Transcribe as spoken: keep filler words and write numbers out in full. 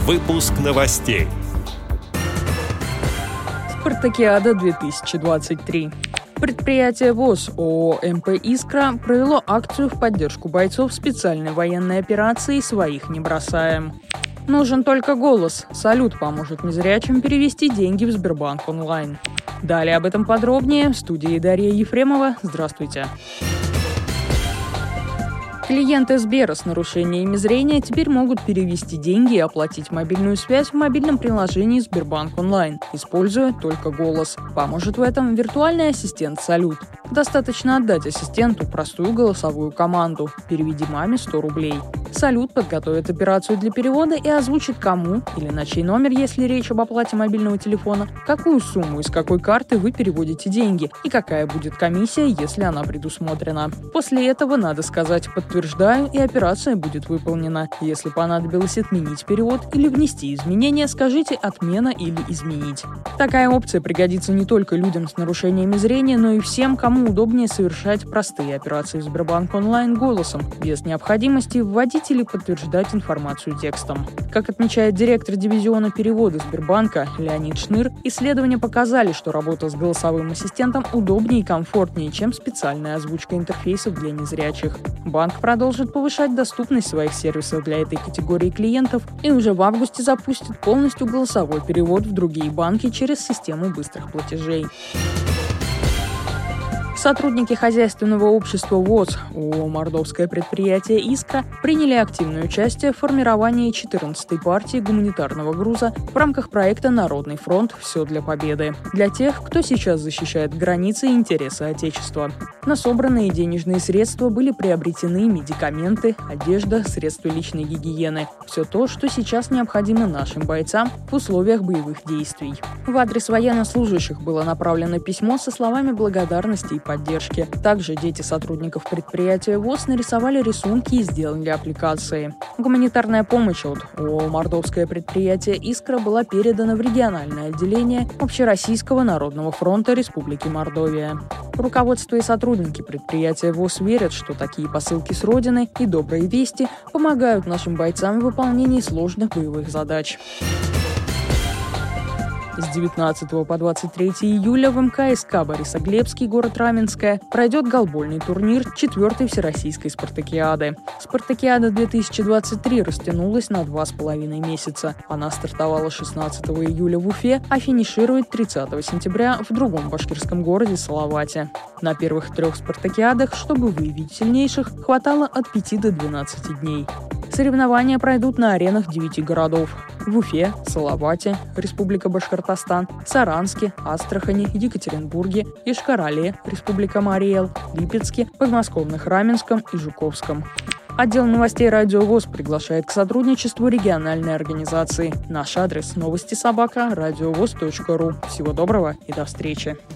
Выпуск новостей. Спартакиада две тысячи двадцать три. Предприятие ВОС ООО «МП Искра» провело акцию в поддержку бойцов специальной военной операции «Своих не бросаем». Нужен только голос. Салют поможет незрячим перевести деньги в Сбербанк онлайн. Далее об этом подробнее. В студии Дарья Ефремова. Здравствуйте. Клиенты Сбера с нарушениями зрения теперь могут перевести деньги и оплатить мобильную связь в мобильном приложении Сбербанк онлайн, используя только голос. Поможет в этом виртуальный ассистент «Салют». Достаточно отдать ассистенту простую голосовую команду «Переведи маме сто рублей». «Салют» подготовит операцию для перевода и озвучит кому или на чей номер, если речь об оплате мобильного телефона, какую сумму из какой карты вы переводите деньги и какая будет комиссия, если она предусмотрена. После этого надо сказать «подтверждаю» и операция будет выполнена. Если понадобилось отменить перевод или внести изменения, скажите «отмена» или «изменить». Такая опция пригодится не только людям с нарушениями зрения, но и всем, кому удобнее совершать простые операции в Сбербанк онлайн голосом, без необходимости вводить или подтверждать информацию текстом. Как отмечает директор дивизиона перевода Сбербанка Леонид Шныр, исследования показали, что работа с голосовым ассистентом удобнее и комфортнее, чем специальная озвучка интерфейсов для незрячих. Банк продолжит повышать доступность своих сервисов для этой категории клиентов и уже в августе запустит полностью голосовой перевод в другие банки через систему быстрых платежей. Сотрудники хозяйственного общества ВОС ООО «Мордовское предприятие Искра» приняли активное участие в формировании четырнадцатой партии гуманитарного груза в рамках проекта «Народный фронт. Все для победы» для тех, кто сейчас защищает границы и интересы Отечества. На собранные денежные средства были приобретены медикаменты, одежда, средства личной гигиены. Все то, что сейчас необходимо нашим бойцам в условиях боевых действий. В адрес военнослужащих было направлено письмо со словами благодарности и поддержки. Также дети сотрудников предприятия ВОС нарисовали рисунки и сделали аппликации. Гуманитарная помощь от ООО «Мордовское предприятие Искра» была передана в региональное отделение Общероссийского народного фронта Республики Мордовия. Руководство и сотрудники предприятия ВОС верят, что такие посылки с родины и добрые вести помогают нашим бойцам в выполнении сложных боевых задач. С девятнадцатого по двадцать третье июля в МКСК Борисоглебский, город Раменское, пройдет голбольный турнир четвертой Всероссийской спартакиады. Спартакиада две тысячи двадцать три растянулась на два с половиной месяца. Она стартовала шестнадцатого июля в Уфе, а финиширует тридцатого сентября в другом башкирском городе Салавате. На первых трех спартакиадах, чтобы выявить сильнейших, хватало от пяти до двенадцати дней. Соревнования пройдут на аренах девяти городов: в Уфе, Салавате, Республика Башкортостан, Саранске, Астрахани, Екатеринбурге, Йошкар-Оле, Республика Марий-Эл, Липецке, подмосковных Раменском и Жуковском. Отдел новостей Радио ВОС приглашает к сотрудничеству региональной организации. Наш адрес – новости собака радиовос точка ру. Всего доброго и до встречи.